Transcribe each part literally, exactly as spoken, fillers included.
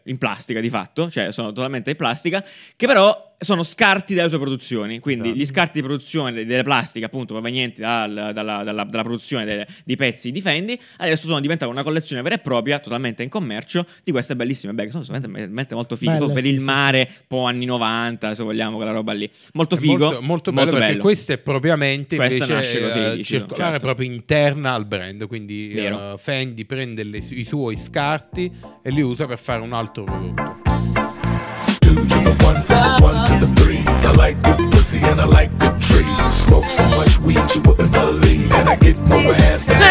in plastica di fatto, cioè sono totalmente in plastica, che però sono scarti dalle sue produzioni, quindi Esatto. gli scarti di produzione delle plastiche appunto provenienti dal, dalla, dalla, dalla produzione delle, di pezzi di Fendi adesso sono diventate una collezione vera e propria, totalmente in commercio, di queste bellissime bag, sono veramente molto fighe, Belle, per sì, il sì, mare, un po' anni novanta se vogliamo, quella roba lì, molto È figo, molto, molto bello, perché bello. questo è propriamente Questa invece nasce così, eh, dici tu, circolare, certo. proprio interna al brand, quindi Vero. eh, Fendi prende le- i suoi scarti e li usa per fare un altro prodotto. Two to the one, from the one to the three. I like good pussy and I like good trees. Smoke so much weed you wouldn't believe, and I get more ass than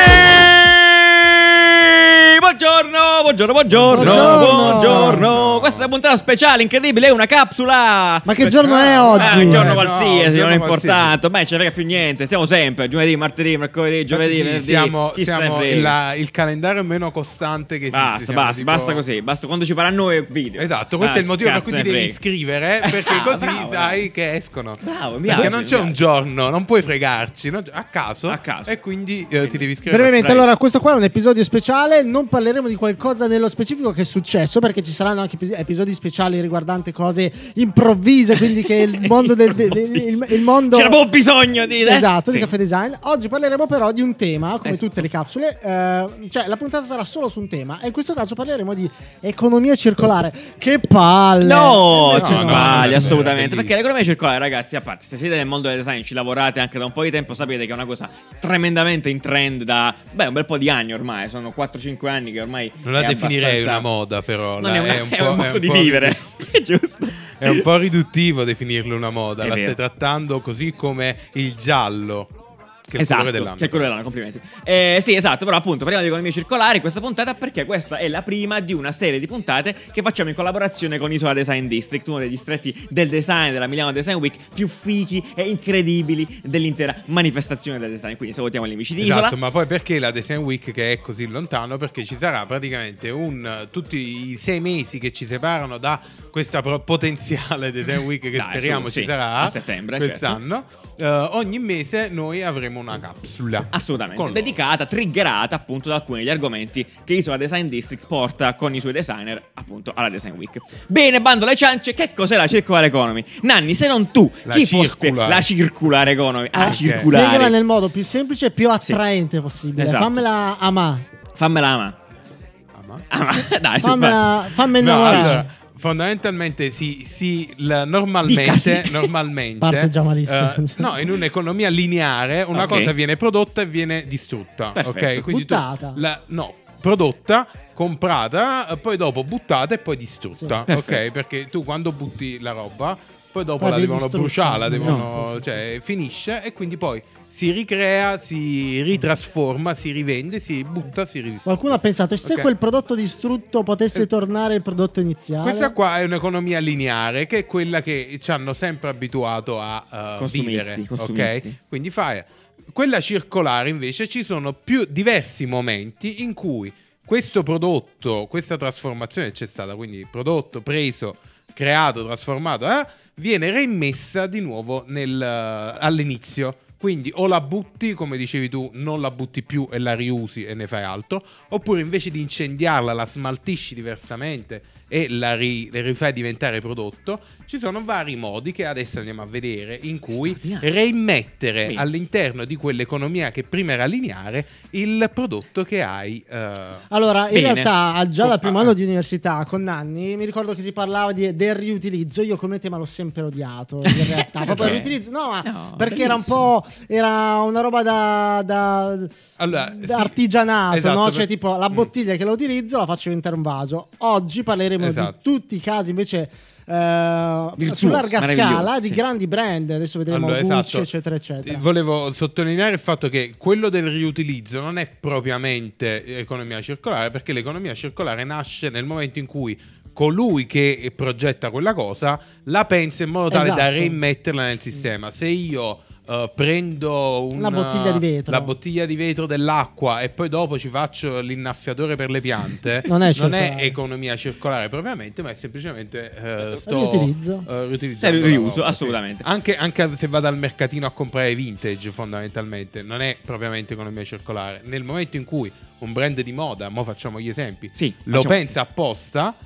Buongiorno, buongiorno, buongiorno, Buongiorno. buongiorno. Questa è una puntata speciale, incredibile, è una capsula. Ma che giorno è Ah, oggi? Ah, un giorno Eh, no, qualsiasi, un giorno non è qualsiasi. importante. Ormai ce ne frega più niente. Stiamo sempre giovedì, martedì, mercoledì, giovedì, Sì, venerdì. siamo, chi se ne siamo frega. la- il calendario meno costante che esiste. Basta, siamo basta, tipo- basta così. Basta quando ci faranno noi video. Esatto, questo Ah, è il motivo per cazzo cui ti ne devi frega. iscrivere, perché Ah, così bravo, sai bravo. che escono. Bravo, mi Perché piace, non mi c'è un piace. giorno, non puoi fregarci, no? a caso. A caso. E quindi eh, ti devi iscrivere. Brevemente, Bravi. allora, questo qua è un episodio speciale. Non parleremo di qualcosa nello specifico che è successo, perché ci saranno anche epis- episodi speciali riguardanti cose improvvise. Quindi, che il mondo del. de- de- il, il mondo. C'era proprio bisogno di. eh? Esatto, Sì. di Caffè Design. Oggi parleremo però di un tema, come Esatto. tutte le capsule. eh, cioè, la puntata sarà solo su un tema. E in questo caso parleremo di economia circolare. Che palle! No, No, ci no, sbagli no, assolutamente. bellissimo. Perché l'economia circolare, ragazzi, a parte se siete nel mondo del design, ci lavorate anche da un po' di tempo, sapete che è una cosa tremendamente in trend da beh, un bel po' di anni ormai. Sono quattro cinque anni che ormai. Non la è definirei abbastanza- una moda, però. Non la- è, una- è un è po', un è modo un di po' vivere, giusto? È un po' riduttivo definirlo una moda. È La vero. stai trattando così come il giallo, che è il Esatto, colore dell'anno. che è quello dell'anno, complimenti. Eh, sì, esatto, però appunto parliamo di economia circolare questa puntata perché questa è la prima di una serie di puntate che facciamo in collaborazione con Isola Design District, uno dei distretti del design della Milano Design Week più fichi e incredibili dell'intera manifestazione del design. Quindi salutiamo gli amici di Isola. Esatto, ma poi perché la Design Week che è così lontano? Perché ci sarà praticamente un tutti i sei mesi che ci separano da questa pro- potenziale Design Week che Dai, speriamo su, ci sì, sarà a settembre, quest'anno. Eh, ogni mese noi avremo una capsula. Assolutamente, con loro. dedicata, triggerata appunto da alcuni degli argomenti che Isola Design District porta con i suoi designer appunto alla Design Week. Bene, bando alle ciance, che cos'è la circular economy? Nanni, se non tu, La chi può circular. spiegare la circular economy? Ah, Eh, circolare. Spiegala nel modo più semplice e più attraente possibile. Esatto. Fammela ama. Fammela ama. Ah, ma- ama. Dai, su, vai. Fammela, fammi No, innamorare. allora, fondamentalmente si, si la- normalmente, Dicasi. normalmente Parte già malissimo. eh, no, in un'economia lineare una Ok. cosa viene prodotta e viene distrutta. Perfetto. Ok, quindi tu Buttata. la- no, prodotta, comprata, eh, poi dopo buttata e poi distrutta. Sì. Ok, Perfetto. perché tu quando butti la roba, poi dopo Poi la viene devono distrutta. bruciare, la No, devono, sì, sì, cioè finisce e quindi poi si ricrea, si ritrasforma, si rivende, si butta, si ridistrugge. Qualcuno ha pensato, e se Ok. quel prodotto distrutto potesse Eh, tornare il prodotto iniziale? Questa qua è un'economia lineare, che è quella che ci hanno sempre abituato a uh, Consumisti, vivere. consumisti. Ok? Quindi fai. Quella circolare invece ci sono più diversi momenti in cui questo prodotto, questa trasformazione che c'è stata, quindi prodotto preso, creato, trasformato, eh, viene reimmessa di nuovo nel, eh, all'inizio. Quindi o la butti, come dicevi tu, non la butti più e la riusi e ne fai altro, oppure invece di incendiarla la smaltisci diversamente e la, ri- la rifai diventare prodotto. Ci sono vari modi che adesso andiamo a vedere in cui Straordinario. reimmettere Bene. all'interno di quell'economia che prima era lineare il prodotto che hai. eh, Allora, in Bene. realtà, già Oh, dal primo ah, anno eh. di università con Nanni, mi ricordo che si parlava di- del riutilizzo. Io come tema l'ho sempre odiato, in realtà. Proprio il Perché? riutilizzo, no, ma No, perché era un bellissimo. po'. Era una roba da. da Allora, da sì, artigianato, esatto, no? per- Cioè, tipo la Mm. bottiglia che la utilizzo la faccio diventare un vaso. Oggi parleremo Esatto. di tutti i casi invece. eh, Virtuosi, su larga meravigliosi, scala di sì. grandi brand. Adesso vedremo Allora, Gucci, esatto. eccetera, eccetera. Volevo sottolineare il fatto che quello del riutilizzo non è propriamente economia circolare, perché l'economia circolare nasce nel momento in cui colui che progetta quella cosa la pensa in modo tale da Esatto. reimmetterla nel sistema. Se io Uh, prendo un, La bottiglia di vetro. la bottiglia di vetro dell'acqua e poi dopo ci faccio l'innaffiatore per le piante, Non è non è circolare. economia circolare propriamente, ma è semplicemente uh, sto Riutilizzo. uh, riutilizzando Sì, la riuso, roba, sì. assolutamente. Anche, anche se vado al mercatino a comprare vintage, fondamentalmente non è propriamente economia circolare. Nel momento in cui un brand di moda, mo facciamo gli esempi, Sì, lo facciamo- pensa apposta,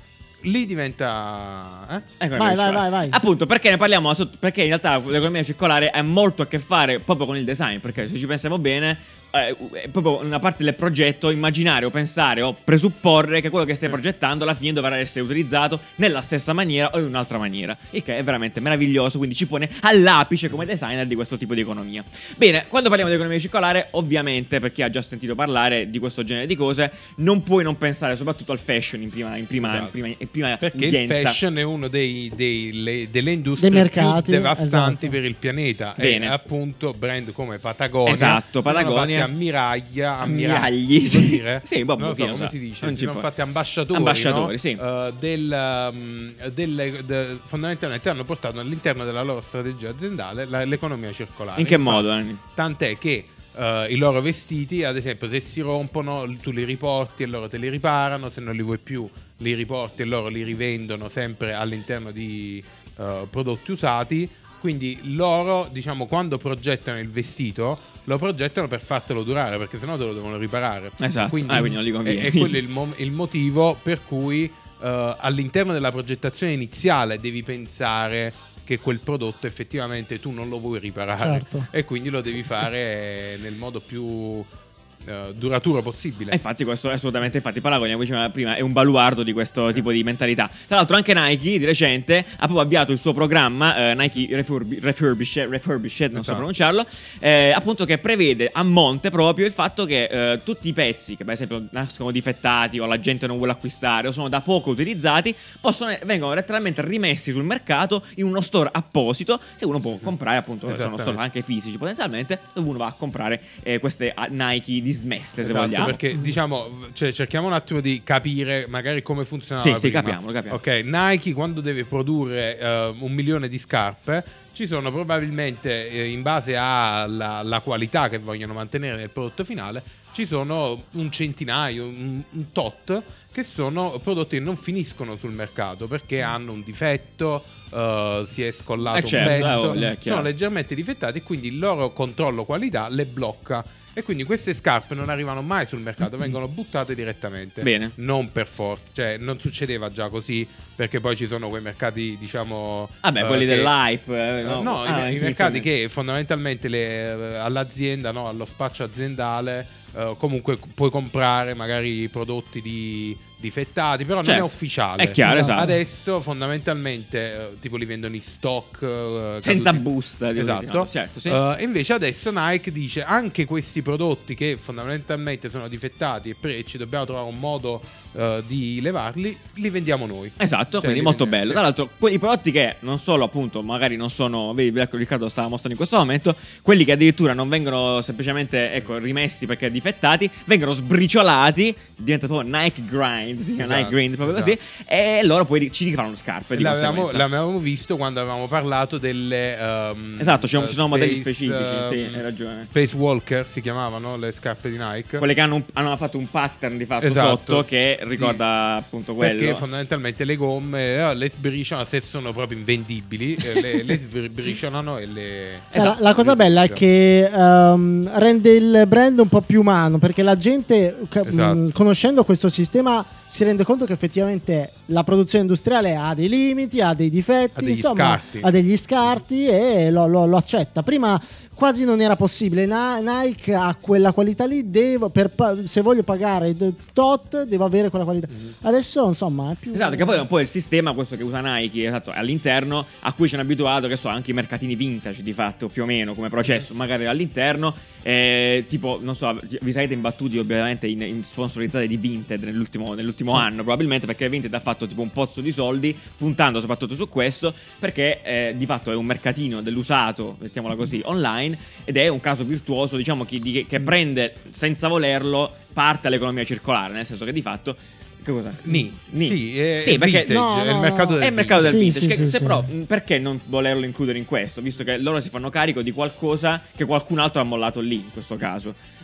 lì diventa... Eh? Ecco, Vai, vai, vai, vai. Appunto, perché ne parliamo sotto- perché in realtà l'economia circolare ha molto a che fare proprio con il design, perché se ci pensiamo bene eh, è proprio una parte del progetto immaginare o pensare o presupporre che quello che stai progettando alla fine dovrà essere utilizzato nella stessa maniera o in un'altra maniera, il che è veramente meraviglioso, quindi ci pone all'apice come designer di questo tipo di economia. Bene, quando parliamo di economia circolare, ovviamente per chi ha già sentito parlare di questo genere di cose, non puoi non pensare soprattutto al fashion in prima, in prima, Esatto. in prima, in prima Perché udienza. il fashion è uno dei, dei- le- delle industrie Dei mercati, più devastanti esatto. per il pianeta. Bene. E appunto brand come Patagonia, Esatto, sono Patagonia. fatti ammiraglia, Ammiragli, si sì. può dire? Sì, boh, non lo so pochino, come so. si dice. Non Si ci sono può. fatti ambasciatori, Ambasciatori, no? sì. Eh, del, um, delle- de- fondamentalmente hanno portato all'interno della loro strategia aziendale la- l'economia circolare. In che Infatti, modo, Anni? Tant'è che eh, i loro vestiti, ad esempio, se si rompono, tu li riporti e loro te li riparano, se non li vuoi più li riporti e loro li rivendono sempre all'interno di eh, prodotti usati. Quindi loro, diciamo, quando progettano il vestito, lo progettano per fartelo durare, perché sennò te lo devono riparare. Esatto. Quindi, Ah, quindi non gli conviene. è, è quello il, mo- il motivo per cui eh, all'interno della progettazione iniziale devi pensare che quel prodotto effettivamente tu non lo vuoi riparare, Certo. e quindi lo devi fare nel modo più eh, duraturo possibile. E infatti questo è assolutamente, infatti Patagonia, come diceva prima, è un baluardo di questo tipo di mentalità. Tra l'altro anche Nike di recente ha proprio avviato il suo programma, eh, Nike Refurbi- Refurbished, Refurbished, non so Esatto. pronunciarlo, eh, appunto, che prevede a monte proprio il fatto che eh, tutti i pezzi che per esempio nascono difettati o la gente non vuole acquistare o sono da poco utilizzati possono, vengono letteralmente rimessi sul mercato in uno store apposito che uno può comprare, appunto, sono Esattamente. store anche fisici potenzialmente, dove uno va a comprare eh, queste ah, Nike dismesse, se Esatto, vogliamo. perché diciamo, cioè, cerchiamo un attimo di capire magari come funzionava Sì, sì, prima. capiamolo, capiamo. Ok, Nike quando deve produrre eh, un milione di scarpe, ci sono probabilmente eh, in base alla alla qualità che vogliono mantenere nel prodotto finale, ci sono un centinaio, un, un tot, che sono prodotti che non finiscono sul mercato perché hanno un difetto, eh, si è scollato Eh, certo, un eh, pezzo, voglia, è chiaro. sono leggermente difettati, e quindi il loro controllo qualità le blocca. E quindi queste scarpe non arrivano mai sul mercato, vengono buttate direttamente. Bene. Non per forza, cioè non succedeva già così, perché poi ci sono quei mercati, diciamo... Vabbè, eh, quelli che- dell'hype. eh, No, no, i, Ah, i che mercati insomma- che fondamentalmente le- all'azienda, no, allo spaccio aziendale, eh, comunque puoi comprare magari prodotti di difettati, però non Certo, è ufficiale. è chiaro, esatto. Adesso fondamentalmente eh, tipo li vendono in stock, eh, Senza caduti- busta, di esatto. no, certo, sì. Eh, invece adesso Nike dice anche questi prodotti che fondamentalmente sono difettati e pre- ci dobbiamo trovare un modo eh, di levarli, li vendiamo noi. Esatto, Cioè, quindi li molto vendiamo- bello. sì. Tra l'altro, quei prodotti che non solo, appunto, magari non sono, vedi, ecco, Riccardo lo stava mostrando in questo momento, quelli che addirittura non vengono semplicemente, ecco, rimessi perché difettati, vengono sbriciolati, diventa proprio Nike Grind, si chiama Esatto, Nike Grind proprio esatto. così, e loro poi ci rifanno scarpe di L'avevamo, conseguenza. l'avevamo visto quando avevamo parlato delle ehm, Esatto, ci sono- eh, ci sono modelli Space, specifici, sì, ehm, hai ragione. Space Walker si chiamavano le scarpe di Nike. Quelle che hanno, un- hanno fatto un pattern di fatto Esatto. sotto che ricorda appunto quello. Perché fondamentalmente le gomme eh, le sbriciolano, se sono proprio invendibili, eh, le, le sbriciolano e le... Sai, la- Esatto. la cosa bella è che ehm, rende il brand un po' più umano, perché la gente, ca- Esatto. mh, conoscendo questo sistema, si rende conto che effettivamente la produzione industriale ha dei limiti, ha dei difetti, Ha degli insomma, scarti. ha degli scarti e lo, lo- lo accetta. Prima quasi non era possibile. Na- Nike ha quella qualità lì, devo, per pa- se voglio pagare il tot devo avere quella qualità. Adesso insomma è più... Esatto, che poi è un po' il sistema, questo che usa Nike, esatto, all'interno, a cui ci hanno abituato, che so, anche i mercatini vintage di fatto, più o meno, come processo, magari all'interno, eh, tipo, non so, vi sarete imbattuti ovviamente in, in sponsorizzate di Vinted nell'ultimo, nell'ultimo Sì. anno, probabilmente, perché Vinted ha fatto tipo un pozzo di soldi, puntando soprattutto su questo, perché eh, di fatto è un mercatino dell'usato, mettiamola così, online, ed è un caso virtuoso, diciamo, che, di- che prende, senza volerlo, parte all'economia circolare, nel senso che di fatto... Che cosa? Ni. Ni. Sì, è, Sì, è perché- vintage, no, è il no, mercato no. del È il mercato del Sì, vintage, sì, che sì, se sì. però mh, perché non volerlo includere in questo, visto che loro si fanno carico di qualcosa che qualcun altro ha mollato lì, in questo caso.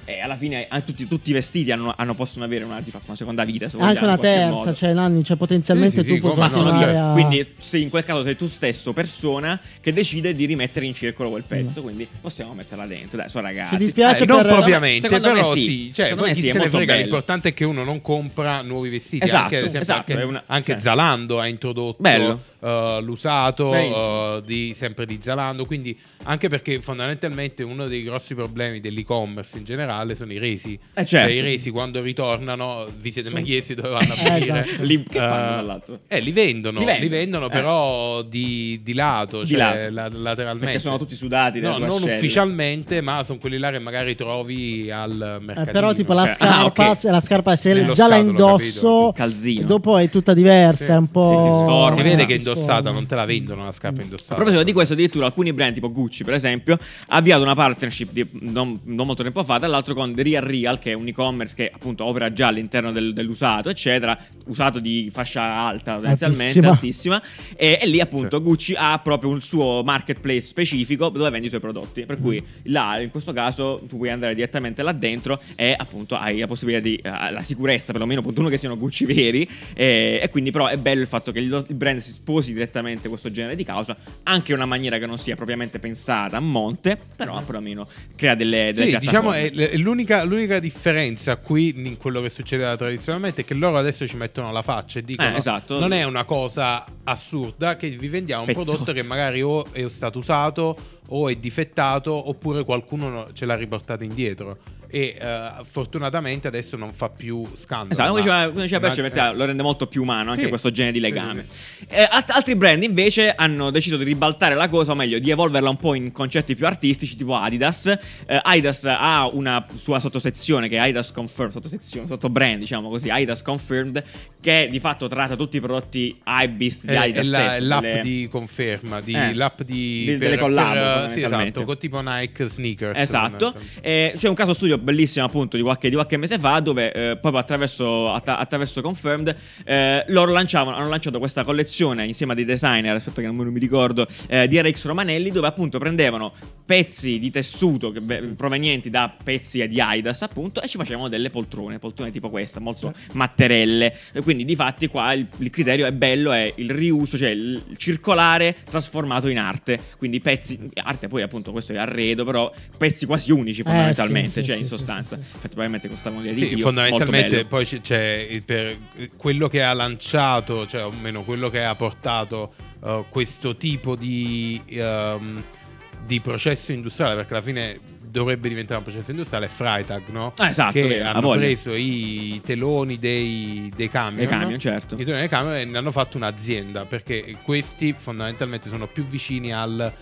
E alla fine eh, tutti, tutti i vestiti hanno, hanno, possono avere una, di fatto, una seconda vita, se anche vogliamo, una in qualche terza, modo. cioè Nanni, cioè potenzialmente Sì, sì, tu puoi come no, continuare cioè, a... Quindi se in quel caso sei tu stesso persona che decide di rimettere in circolo quel pezzo, No. quindi possiamo metterla dentro. Dai, so ragazzi. Ci dispiace Eh, non per- propriamente, Secondo me però sì. sì, cioè, Secondo poi me chi sì, è se ne molto frega, bello. l'importante è che uno non compra nuovi vestiti. Esatto, anche, ad esempio, esatto, anche, è una- anche cioè- Zalando ha introdotto Bello. uh, l'usato Benissimo. uh, di, sempre di Zalando, quindi anche perché fondamentalmente uno dei grossi problemi dell'e-commerce in generale sono i resi. Eh, certo. Cioè, i resi quando ritornano, vi siete mai chiesti dove vanno a Eh, finire? esatto. Li- che fanno, Uh, tra l'altro? Eh, li vendono, Li li vendono, vendono, eh. però di, di lato, Di cioè lato. la- lateralmente. Perché sono tutti sudati No, dalle non ascelle. ufficialmente, ma sono quelli là che magari trovi al Eh, mercatino. però tipo la Cioè, scarpa, ah, ok. se la scarpa se Nello già la scatolo, indosso, Il calzino. dopo è tutta diversa, Sì. è un po'... Sì, si sforma. Si vede che è si indossata, sforma. non te la vendono la scarpa A indossata. proposito di questo, addirittura alcuni brand tipo Gucci, per esempio, ha avviato una partnership di- non, non molto tempo fa, tra l'altro con The Real Real, che è un e-commerce che appunto opera già all'interno del- dell'usato, eccetera, usato di fascia alta, tendenzialmente Altissima. altissima, e, e lì appunto Gucci ha proprio un suo marketplace specifico dove vende i suoi prodotti, per cui là in questo caso tu puoi andare direttamente là dentro e appunto hai la possibilità di eh, la sicurezza, perlomeno appunto uno che siano Gucci veri, e, e quindi però è bello il fatto che il, il brand si sposi direttamente questo genere di causa, anche in una maniera che non sia propriamente pensata a monte, però perlomeno crea delle, delle Sì, diciamo piattaforme. è l- l'unica, l'unica differenza qui in quello che succedeva tradizionalmente è che loro adesso ci mettono la faccia e dicono Eh, esatto. non è una cosa assurda che vi vendiamo un Pezzotto. prodotto che magari o è stato usato o è difettato oppure qualcuno no- ce l'ha riportato indietro e eh, fortunatamente adesso non fa più scandalo. Esatto, come ma- diceva, come diceva ma- Perce, perché lo rende molto più umano anche Sì, questo genere di sì, legame. sì, Eh, alt- altri brand invece hanno deciso di ribaltare la cosa, o meglio, di evolverla un po' in concetti più artistici, tipo Adidas. Eh, Adidas ha una sua sottosezione che è Adidas Confirmed, sottosezione, sottobrand, diciamo così, Adidas Confirmed, che di fatto tratta tutti i prodotti Hypebeast di È, Adidas è la- stesso, è l'app delle- di conferma, di, Eh, l'app di, di- delle collab, sì, fondamentalmente. esatto, con tipo Nike sneakers. Esatto, fondamentalmente. eh, c'è un caso studio bellissimo appunto di qualche, di qualche mese fa dove eh, proprio attraverso, att- attraverso Confirmed eh, loro lanciavano, hanno lanciato questa collezione insieme a dei designer, aspetta che non, non mi ricordo, eh, di R X Romanelli, dove appunto prendevano pezzi di tessuto che, beh, provenienti da pezzi di Adidas appunto e ci facevano delle poltrone, poltrone tipo questa, molto matterelle, e quindi di fatti qua il, il criterio è bello, è il riuso, cioè il circolare trasformato in arte, quindi pezzi, arte poi appunto questo è arredo, però pezzi quasi unici fondamentalmente, sì, sì, cioè sì, in sì, sostanza, sì, sì. infatti probabilmente costavano di Sì, Dio, fondamentalmente molto bello. poi c- c'è il per, quello che ha lanciato, cioè o meno quello che ha portato uh, questo tipo di, um, di processo industriale, perché alla fine dovrebbe diventare un processo industriale, è Freitag, no? Ah, esatto, che vero, ha hanno voglia. preso i teloni dei, dei camion, Dei camion, certo. i teloni dei camion e ne hanno fatto un'azienda, perché questi fondamentalmente sono più vicini al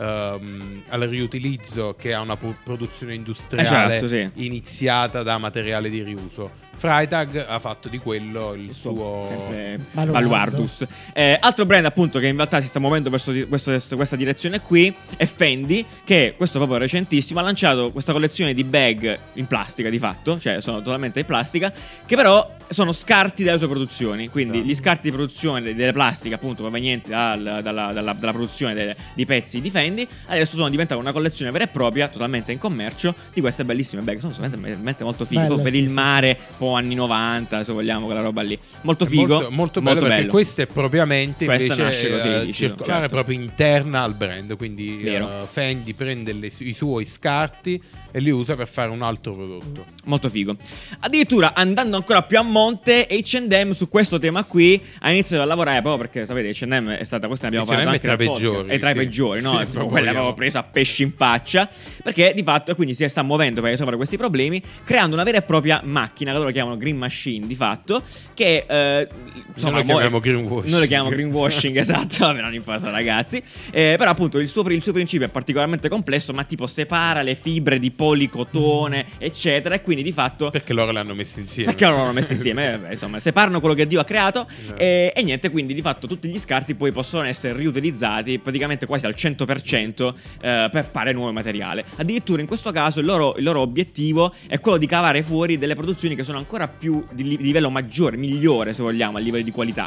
ehm, al riutilizzo che a una pu- produzione industriale Esatto, sì. iniziata da materiale di riuso. Freitag ha fatto di quello il suo sempre Baluardo. Baluardus. Eh, altro brand appunto che in realtà si sta muovendo verso di- questo- questa direzione qui è Fendi, che questo proprio recentissimo ha lanciato questa collezione di bag in plastica di fatto, cioè sono totalmente in plastica, che però sono scarti delle sue produzioni, quindi gli scarti di produzione delle plastiche appunto provenienti dal- dalla, dalla- dalla produzione delle- di pezzi di Fendi adesso sono diventate una collezione vera e propria, totalmente in commercio, di queste bellissime bag, sono veramente, veramente molto fighe, Belle, per sì, il sì. mare, un po' anni novanta se vogliamo, quella roba lì, molto È figo, molto, molto bello perché questo è propriamente Questa invece nasce così, eh, dici, circolare certo. proprio interna al brand, quindi Vero. eh, Fendi prende le- i suoi scarti e li usa per fare un altro prodotto. molto figo. Addirittura andando ancora più a monte, acca and emme su questo tema qui ha iniziato a lavorare proprio perché sapete acca and emme è stata, questa ne abbiamo acca and emme parlato è anche tra i nel podcast, peggiori, è tra i sì. peggiori, no? Sì, Tipo, proprio quella vogliamo. proprio presa a pesci in faccia, perché di fatto quindi si sta muovendo per risolvere questi problemi creando una vera e propria macchina che loro chiamano green machine di fatto, che eh, insomma, Noi lo mo- chiamiamo greenwashing. noi lo chiamiamo greenwashing esatto, vabbè, non in fase ragazzi, eh, però appunto il suo, il suo principio è particolarmente complesso, ma tipo separa le fibre di policotone eccetera, e quindi di fatto Perché loro le hanno messe insieme. perché loro l'hanno messo insieme, eh, beh, insomma, separano quello che Dio ha creato e, e niente, quindi di fatto tutti gli scarti poi possono essere riutilizzati praticamente quasi al cento per cento eh, per fare nuovo materiale. Addirittura in questo caso il loro, il loro obiettivo è quello di cavare fuori delle produzioni che sono ancora più di, li- di livello maggiore, migliore se vogliamo, a livello di qualità.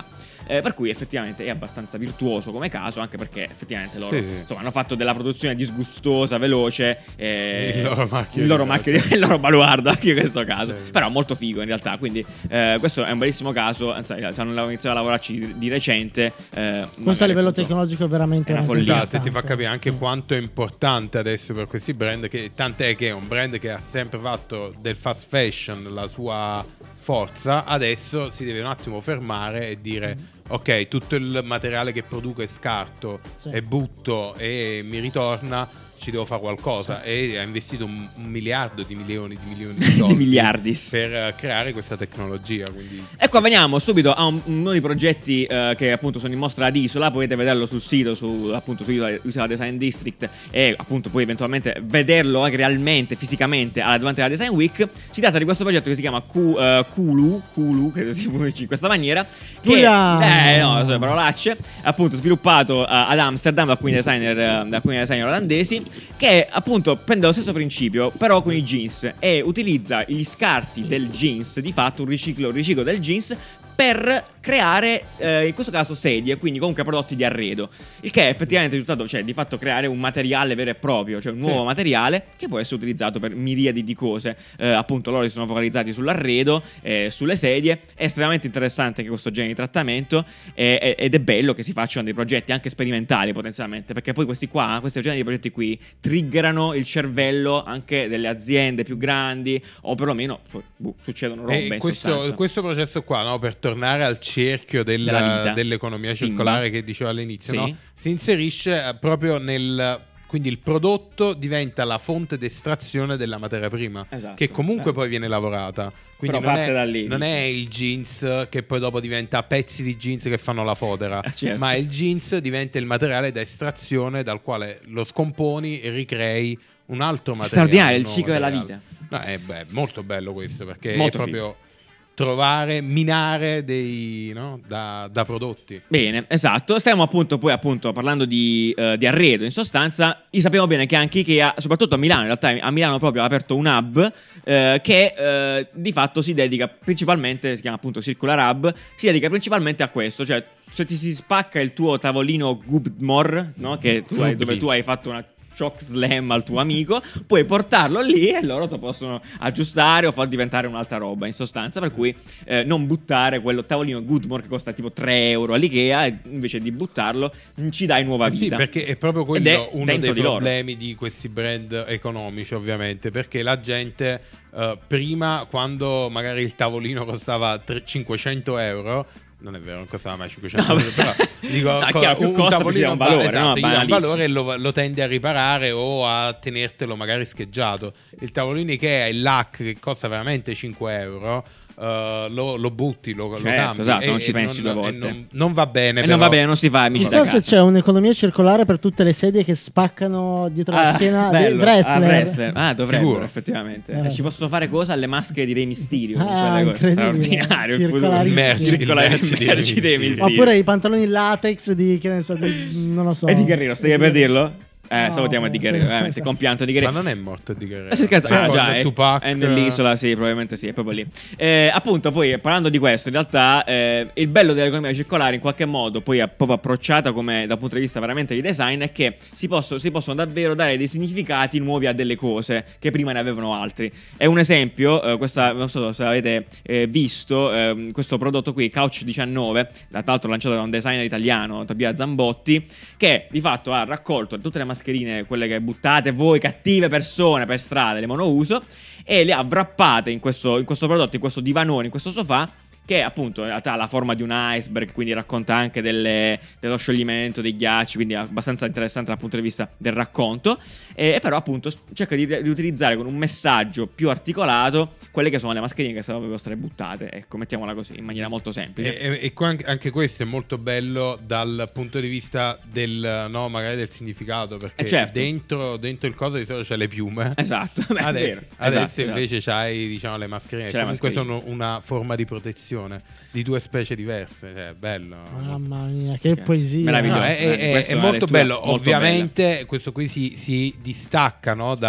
eh, per cui effettivamente è abbastanza virtuoso come caso, anche perché effettivamente loro Sì, sì. insomma hanno fatto della produzione disgustosa, veloce, eh, Il loro marchio il di loro, marchio. marchio di- il loro baluardo anche in questo caso, Sì. però molto figo in realtà, quindi eh, questo è un bellissimo caso, anzi, hanno iniziato a lavorarci di, di recente, eh, Questo a magari, livello appunto, tecnologico è veramente è una veramente follia. Esatto, e ti fa interessante. capire anche Sì. quanto è importante adesso per questi brand, che tant'è che è un brand che ha sempre fatto del fast fashion la sua forza, adesso si deve un attimo fermare e dire ok, tutto il materiale che produco è scarto Sì. e butto e mi ritorna, ci devo fare qualcosa, e ha investito un, un miliardo di milioni di milioni di di soldi miliardis. per eh, creare questa tecnologia, quindi E qua veniamo subito a un- uno dei progetti eh, che appunto sono in mostra ad Isola, potete vederlo sul sito, su, appunto su Isola, Isola Design District, e appunto poi eventualmente vederlo anche realmente, fisicamente alla- durante la Design Week. Si tratta di questo progetto che si chiama Q, eh, Kulu, Kulu, credo si pronuncia in questa maniera, che Giuliano! eh, no, sono parolacce, appunto sviluppato eh, ad Amsterdam da alcuni designer, eh, da alcuni designer olandesi, che appunto prende lo stesso principio però con i jeans e utilizza gli scarti del jeans, di fatto un riciclo, un riciclo del jeans, per creare eh, in questo caso sedie, quindi comunque prodotti di arredo, il che è effettivamente il risultato, cioè di fatto creare un materiale vero e proprio, cioè un nuovo Sì. materiale che può essere utilizzato per miriadi di cose. Eh, appunto loro si sono focalizzati sull'arredo, eh, sulle sedie. È estremamente interessante anche questo genere di trattamento, eh, ed è bello che si facciano dei progetti anche sperimentali potenzialmente, perché poi questi qua, questi generi di progetti qui triggerano il cervello anche delle aziende più grandi, o perlomeno poi, boh, succedono robe E in questo, sostanza. questo processo qua, no, per tornare al cerchio del- Della vita. dell'economia Simba. circolare che dicevo all'inizio, Sì. no, si inserisce eh, proprio nel... Quindi il prodotto diventa la fonte d'estrazione della materia prima, Esatto. che comunque Eh. poi viene lavorata. Quindi Però non, parte è, da lì. non è il jeans che poi dopo diventa pezzi di jeans che fanno la fodera, Eh, certo. ma il jeans diventa il materiale da estrazione dal quale lo scomponi e ricrei un altro materiale. Straordinario, un il nuovo ciclo della materiale. vita. No, è beh, molto bello questo, perché Molto è proprio trovare, minare dei, no, da, da prodotti. Bene, esatto. Stiamo appunto poi appunto parlando di, eh, di arredo. In sostanza, io sappiamo bene che anche Ikea, soprattutto a Milano, in realtà a Milano proprio ha aperto un hub eh, che eh, di fatto si dedica principalmente, si chiama appunto Circular Hub, si dedica principalmente a questo, cioè se ti si spacca il tuo tavolino Gubmore, no? Che tu hai, dove tu hai fatto una choc slam al tuo amico, puoi portarlo lì e loro te lo possono aggiustare o far diventare un'altra roba, in sostanza, per cui eh, non buttare quello tavolino Goodmore che costa tipo tre euro all'Ikea, e invece di buttarlo ci dai nuova Eh sì, vita. perché è proprio Ed quello è uno dentro dei di loro. problemi di questi brand economici, ovviamente, perché la gente eh, prima, quando magari il tavolino costava tre- cinquecento euro, non è vero, non costava mai cinquecento No, euro, però dico, no, chiaro, più costa, più ti dà un va- valore, esatto, no? gli dà un Banalissimo. valore e lo, lo tendi a riparare o a tenertelo magari scheggiato. Il tavolino Ikea, il Lac, che costa veramente cinque euro, eh, lo, lo butti, lo, lo Certo, cambi, esatto, e- non ci e pensi due e volte. non, non va bene, E però. non va bene, non si fa amici da Chissà casa. se c'è un'economia circolare per tutte le sedie che spaccano dietro la Ah, schiena dei bello. wrestler. Ah, wrestler. Ah, dovrebbero Sicuro. effettivamente. Eh. E ci possono fare cosa alle maschere di Re Mysterio. con Ah, quelle cose. incredibile. Straordinario il futuro. Circolarissimo. Merci, Circolare- il merci di Re merci di Re Mysterio. Mysterio. Oppure i pantaloni in latex di, che ne so, di- non lo so. E di Guerrero, stai per dirlo? Eh, No, salutiamo Di sì, Guerrero, veramente, esatto. compianto Di Ma Guerrero. non è morto di Guerrero. Eh, si scherza, ah, Secondo già, è, Tupac, è nell'isola, sì, probabilmente sì, è proprio lì. Eh, appunto, poi parlando di questo, in realtà eh, il bello dell'economia circolare, in qualche modo, poi è proprio approcciata come dal punto di vista veramente di design, è che si, posso- si possono davvero dare dei significati nuovi a delle cose che prima ne avevano altri. È un esempio, eh, questa, non so se avete eh, visto, eh, questo prodotto qui, Couch diciannove, tra l'altro lanciato da un designer italiano, Tobia Zambotti, che di fatto ha raccolto tutte le mascherine, quelle che buttate voi cattive persone per strada, le monouso, e le ha wrappate in questo, in questo prodotto, in questo divanone, in questo sofà, che appunto in realtà ha la forma di un iceberg, quindi racconta anche delle- dello scioglimento dei ghiacci, quindi è abbastanza interessante dal punto di vista del racconto, e, e però appunto cerca di, di utilizzare con un messaggio più articolato quelle che sono le mascherine che sarebbero state buttate, ecco, mettiamola così, in maniera molto semplice. E, e- e qua anche- anche questo è molto bello dal punto di vista del, no, magari del significato, perché Eh, certo. dentro, dentro il coso di solito c'è le piume. Esatto, beh, è Adesso, vero. adesso Esatto, invece esatto. c'hai, diciamo, le mascherine, C'è che la comunque mascherina. sono una forma di protezione di due specie diverse, cioè, bello. Mamma mia, che Cazzo, poesia. meraviglioso. No, è, eh, è- questa è è una molto lettura bello. molto Ovviamente questo qui si, si distacca, no, da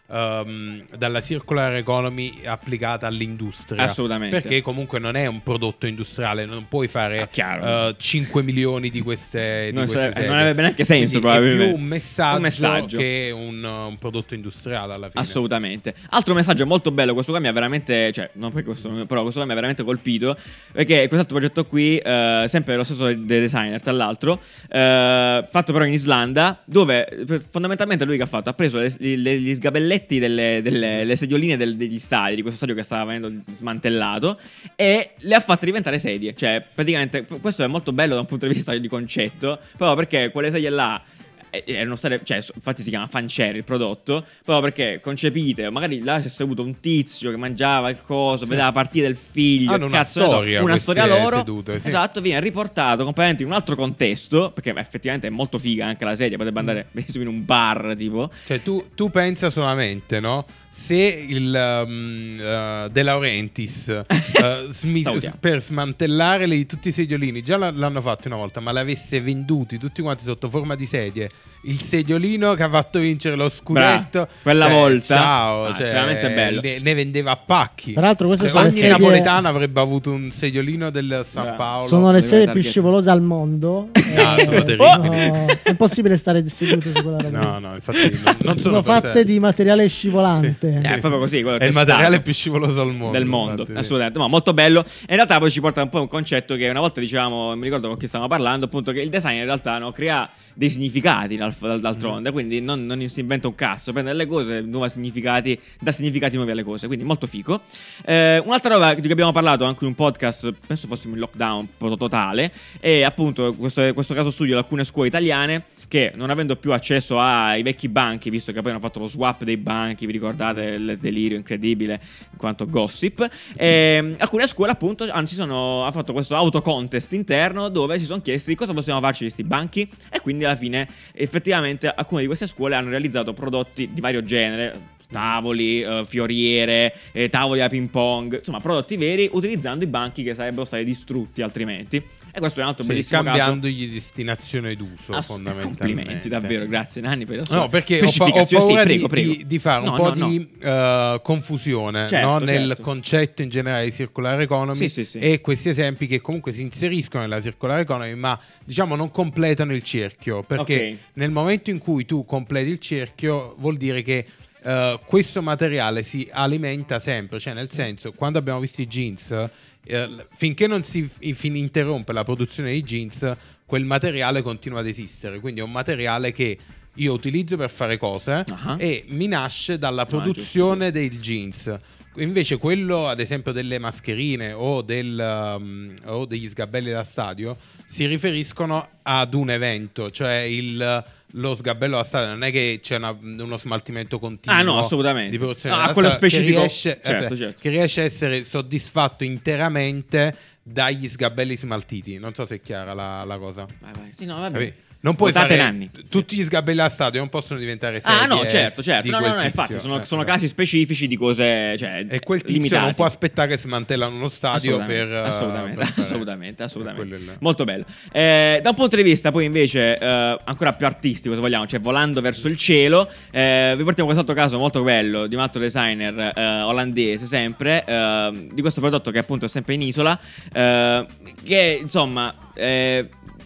um, dalla circular economy applicata all'industria. Assolutamente. Perché comunque non è un prodotto industriale, non puoi fare ah, uh, cinque milioni di queste, di non, queste se, non avrebbe neanche senso. Quindi probabilmente è più un messaggio, un messaggio. che un, un prodotto industriale alla fine. Assolutamente. Altro messaggio molto bello, questo qua mi ha veramente, cioè non perché questo, però questo qua mi ha veramente colpito, perché quest'altro progetto qui, eh, sempre lo stesso dei designer tra l'altro, eh, fatto però in Islanda, dove fondamentalmente lui che ha fatto? Ha preso le, le, gli sgabelletti delle, delle le sedioline del, degli stadi, di questo stadio che stava venendo smantellato, e le ha fatte diventare sedie. Cioè praticamente questo è molto bello da un punto di vista di concetto, proprio perché quelle sedie là erano state, cioè, infatti si chiama Fancherry il prodotto, proprio perché concepite, magari là si è avuto un tizio che mangiava il coso, sì. vedeva partire del figlio, hanno cazzo, una storia, so, una storia loro, sedute, sì. esatto, viene riportato completamente in un altro contesto, perché effettivamente è molto figa anche la sedia, potrebbe andare benissimo in un bar, tipo. Cioè tu, tu pensa solamente, no? Se il um, uh, De Laurentiis uh, smis- per smantellare le, tutti i sediolini già l- l'hanno fatto una volta, ma l'avesse venduti tutti quanti sotto forma di sedie, il sediolino che ha fatto vincere lo scudetto, Bra, quella cioè, volta ciao, ah, cioè, estremamente bello. ne, ne vendeva a pacchi. Tra l'altro queste cioè, sono ogni le sedie... napoletano avrebbe avuto un sediolino del San Bra. Paolo. Sono le sedie target. più scivolose al mondo. No, eh, sono terribili. sono... È impossibile stare seduto su quella roba. No, no, infatti non, non sono, sono fatte per di materiale scivolante. Sì. Eh, è proprio così, quello è il testato materiale più scivoloso al mondo del mondo, infatti, assolutamente, ma molto bello. E in realtà poi ci porta un po' un concetto che una volta dicevamo, mi ricordo con chi stavamo parlando, appunto, che il design in realtà no, crea dei significati dal, dal, d'altronde, mm. quindi non, non si inventa un cazzo, prende le cose, nuovi significati, dà significati nuovi alle cose, quindi molto figo. Eh, un'altra roba di cui abbiamo parlato anche in un podcast, penso fossimo in lockdown totale, è appunto questo, questo caso studio di alcune scuole italiane che, non avendo più accesso ai vecchi banchi, visto che poi hanno fatto lo swap dei banchi, vi ricordate il delirio incredibile in quanto gossip, eh, alcune scuole appunto anzi sono, ha fatto questo autocontest interno dove si sono chiesti cosa possiamo farci di questi banchi, e quindi alla fine effettivamente alcune di queste scuole hanno realizzato prodotti di vario genere, tavoli, uh, fioriere, eh, tavoli da ping pong, insomma prodotti veri, utilizzando i banchi che sarebbero stati distrutti altrimenti. E questo è un altro sì, bellissimo cambiandogli caso. destinazione d'uso. Ass- fondamentalmente. Complimenti, davvero, grazie Nanni per la sua no, perché ho, pa- ho specificazione. paura Sì, prego, di, prego. Di, di fare no, un po' no, di uh, confusione certo, no? nel certo. concetto in generale di circular economy sì, sì, sì. e questi esempi che comunque si inseriscono nella circular economy, ma diciamo non completano il cerchio, perché okay. nel momento in cui tu completi il cerchio vuol dire che Uh, questo materiale si alimenta sempre, cioè nel senso, quando abbiamo visto i jeans, uh, finché non si f- interrompe la produzione dei jeans, quel materiale continua ad esistere, quindi è un materiale che io utilizzo per fare cose uh-huh. e mi nasce dalla produzione ah, dei jeans. Invece quello ad esempio delle mascherine o, del, um, o degli sgabelli da stadio si riferiscono ad un evento, cioè il lo sgabello da stadio non è che c'è una, uno smaltimento continuo ah no assolutamente di produzione ah, quello specifico che riesce, certo, eh, certo. che riesce a essere soddisfatto interamente dagli sgabelli smaltiti. Non so se è chiara la, la cosa. Vai, vai. Sì, no, vabbè. Non puoi Votate fare Nanni. tutti gli sgabelli da stadio, non possono diventare sedie. Ah no, certo, certo. No, no, no, tizio. infatti sono, eh, sono eh. casi specifici di cose, cioè, e quel tizio limitati. non può aspettare che smantellano uno stadio assolutamente, per assolutamente, per fare... assolutamente, assolutamente. Quello è... molto bello. Eh, da un punto di vista poi invece eh, ancora più artistico, se vogliamo, cioè volando verso il cielo, eh, vi portiamo quest'altro caso molto bello di un altro designer eh, olandese sempre, eh, di questo prodotto che appunto è sempre in isola, eh, che insomma eh,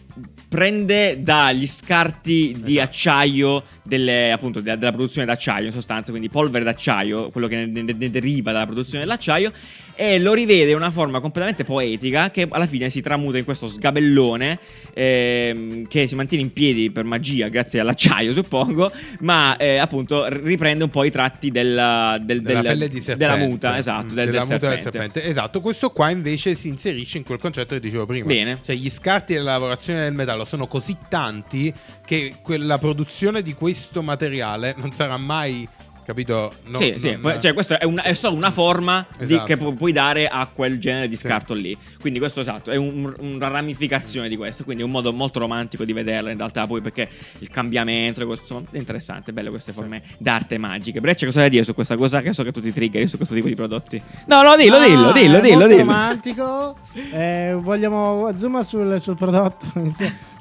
prende dagli scarti di acciaio delle, appunto, de- della produzione d'acciaio in sostanza, quindi polvere d'acciaio, quello che ne, ne, ne deriva dalla produzione dell'acciaio, e lo rivede in una forma completamente poetica che alla fine si tramuta in questo sgabellone ehm, che si mantiene in piedi per magia grazie all'acciaio suppongo, ma eh, appunto riprende un po' i tratti della, del, della del, pelle di serpente, della muta, esatto, del, della del muta serpente. del serpente. Esatto, questo qua invece si inserisce in quel concetto che dicevo prima. Bene. Cioè gli scarti della lavorazione del metallo sono così tanti che la produzione di questo materiale non sarà mai, capito? No, sì, non... sì, cioè questo è, un, è solo una forma esatto. di, che pu- puoi dare a quel genere di scarto sì. lì. Quindi questo esatto, è un, una ramificazione di questo, quindi è un modo molto romantico di vederla in realtà poi, perché il cambiamento, questo, insomma, è interessante, bello queste forme sì. d'arte magiche. Breccia, cosa da dire su questa cosa? Che so che tu ti triggeri su questo tipo di prodotti. No, no, dillo, ah, dillo, dillo, è dillo, molto dillo. romantico. eh, vogliamo zoom sul, sul prodotto.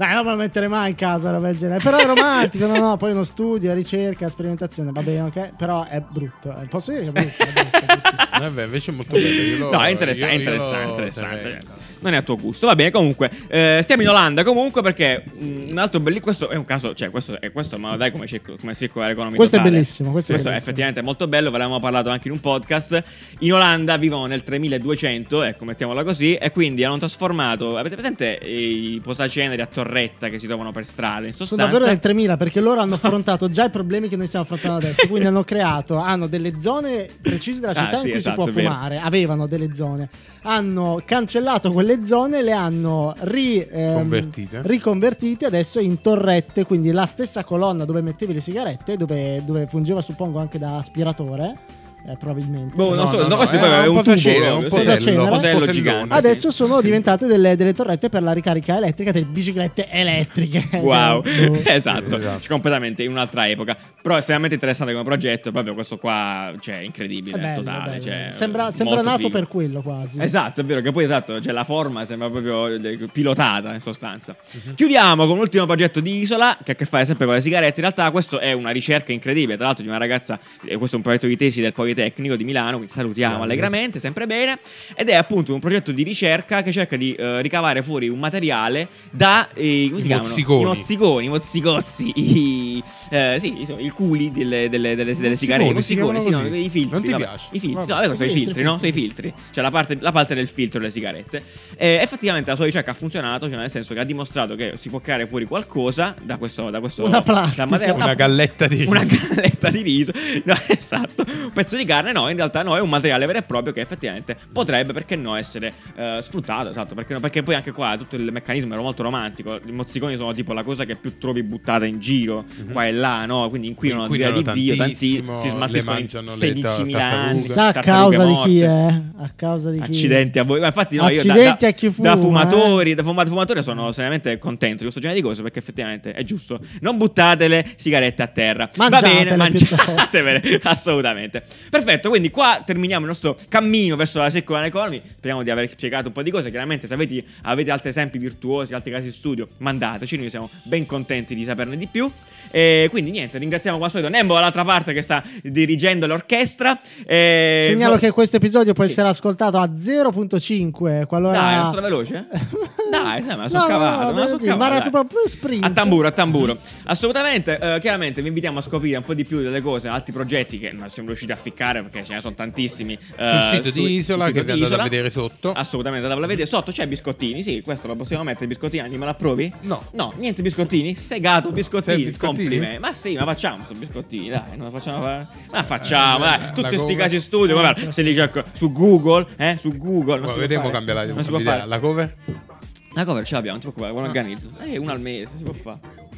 Dai, non me lo mettere mai in casa, roba del genere. Però è romantico, no, no, poi uno studio, ricerca, sperimentazione, va bene, ok? Però è brutto. Posso dire che è brutto? È brutto, è bruttissimo. Vabbè, invece è molto bello. Io lo- No, è interessante, io- io interessante, lo interessante. terrei. Non è a tuo gusto. Va bene, comunque. eh, stiamo in Olanda comunque perché mh, un altro bellissimo. Questo è un caso, cioè, questo è questo, ma dai come, circo, come circular economy Questo è totale. bellissimo, questo è è bellissimo. effettivamente molto bello. Ve l'avevamo parlato anche in un podcast. In Olanda vivono nel tremiladuecento, ecco, mettiamola così. E quindi hanno trasformato. Avete presente i posaceneri a torretta che si trovano per strada? In Sono sostanza, davvero nel tremila perché loro hanno affrontato già i problemi che noi stiamo affrontando adesso. Quindi hanno creato, hanno delle zone precise della città Ah, sì, in cui esatto, si è può vero. fumare. Avevano delle zone. Hanno cancellato quelle zone, le hanno ri, ehm, Convertite. riconvertite adesso in torrette. Quindi la stessa colonna dove mettevi le sigarette, dove, dove fungeva suppongo anche da aspiratore. Eh, probabilmente. Boh, non No, so, no, no, no, questo è poi aveva un un posacenere, tubo, un sì, posello, un un posello posellone. gigante. Adesso sì. sono diventate delle, delle torrette per la ricarica elettrica delle biciclette elettriche. Wow, Cioè, boh. esatto, Esatto. completamente in un'altra epoca. Però è estremamente interessante come progetto. Proprio questo qua, cioè, incredibile, È bello, totale. bello. Cioè, sembra sembra molto nato figo. per quello quasi. Esatto, è vero che poi esatto, cioè la forma sembra proprio eh, pilotata in sostanza. Chiudiamo con l'ultimo progetto di Isola che ha a che fare sempre con le sigarette. In realtà questo è una ricerca incredibile, tra l'altro di una ragazza, eh, questo è un progetto di tesi del Politecnico di Milano, quindi salutiamo Grande. allegramente, sempre bene, ed è appunto un progetto di ricerca che cerca di eh, ricavare fuori un materiale da eh, come si I chiamano? mozziconi. I mozziconi, i mozzicozzi, i, eh, sì, insomma, i culi delle, delle, delle, delle sigarette, i si mozziconi, chiamano sì, no, così. i filtri, Non ti vabbè, piace? i filtri, Vabbè. no, vabbè, sono i Filtri, filtri, no? Sono i filtri, cioè la parte, la parte del filtro delle sigarette. Eh, effettivamente la sua ricerca ha funzionato, cioè nel senso che ha dimostrato che si può creare fuori qualcosa da questo, da questo Una plastica. da materia- Una galletta di riso. una galletta di riso, no, esatto, un pezzo di carne. No, in realtà no, è un materiale vero e proprio che effettivamente potrebbe, perché no, essere eh, sfruttato, esatto, perché no, perché poi anche qua tutto il meccanismo era molto romantico. I mozziconi sono tipo la cosa che più trovi buttata in giro, qua e là, no, quindi inquinano di Inquinano di Dio, tanti, tantissimo, si le smaltiscono in mangiano le sedicimila tartarughe. anni, Chissà a tartarughe causa di chi morte. è. A causa di chi. Accidenti a voi. Ma infatti, no, io da, Accidenti da, a chi fuma, da fumatori, da fuma- fumatore sono seriamente contento di questo genere di cose perché effettivamente è giusto. Non buttate le sigarette a terra. Va bene, Mangiatele piuttosto. mangiatevele. Assolutamente. Perfetto. Quindi qua terminiamo il nostro cammino verso la circular economy. Speriamo di aver spiegato un po' di cose. Chiaramente, se avete, avete altri esempi virtuosi, altri casi di studio, mandateci. Noi siamo ben contenti di saperne di più. E quindi niente, ringraziamo come al solito Nembo dall'altra parte che sta dirigendo l'orchestra. E... Segnalo so- che questo episodio può Sì. essere ascoltato a zero virgola cinque qualora. Dai, non sono veloce? Dai, dai, me la sono No, no, cavata, no, me la sono sì, cavata, ma era dai. proprio sprint. A tamburo, a tamburo. Assolutamente, eh, chiaramente vi invitiamo a scoprire un po' di più delle cose, altri progetti che non siamo riusciti a ficcare perché ce ne sono tantissimi. eh, Sul sito di Isola, sul che sito vi di andate a Isola. vedere sotto. Assolutamente, andatevela a vedere. Sotto c'è biscottini, sì, questo lo possiamo mettere, biscottini, me la provi? No. No, niente biscottini, segato biscottini, C'è biscottini? complimenti. Ma sì, ma facciamo sto biscottini, dai, non la facciamo fare. Ma facciamo, Eh, dai, la tutti questi cover. casi studio, guarda, se li cerco su Google, eh, su Google, non si può Vedremo fare. cambia la, non si può l'idea. fare. La cover? La cover ce l'abbiamo, non ti preoccupare, buon organizzo. Eh, una al mese, si può fare.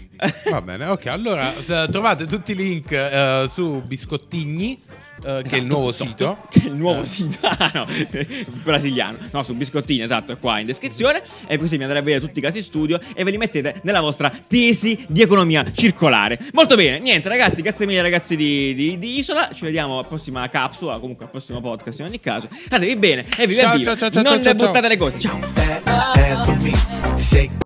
Va bene, ok. Allora s- trovate tutti i link eh, su Biscottigni, eh, che è il nuovo Esatto, sito. Che è il nuovo sito, ah, no, brasiliano. No, su Biscottini, esatto, è qua in descrizione. E così vi andrete a vedere tutti i casi studio e ve li mettete nella vostra tesi di economia circolare. Molto bene, niente ragazzi, grazie mille ragazzi di, di, di Isola. Ci vediamo alla prossima capsula, comunque al prossimo podcast in ogni caso. Statevi bene e viva Ciao, Dio. ciao, ciao, ciao, Non ciao, ciao. buttate le cose. Ciao. That ass for me, shake.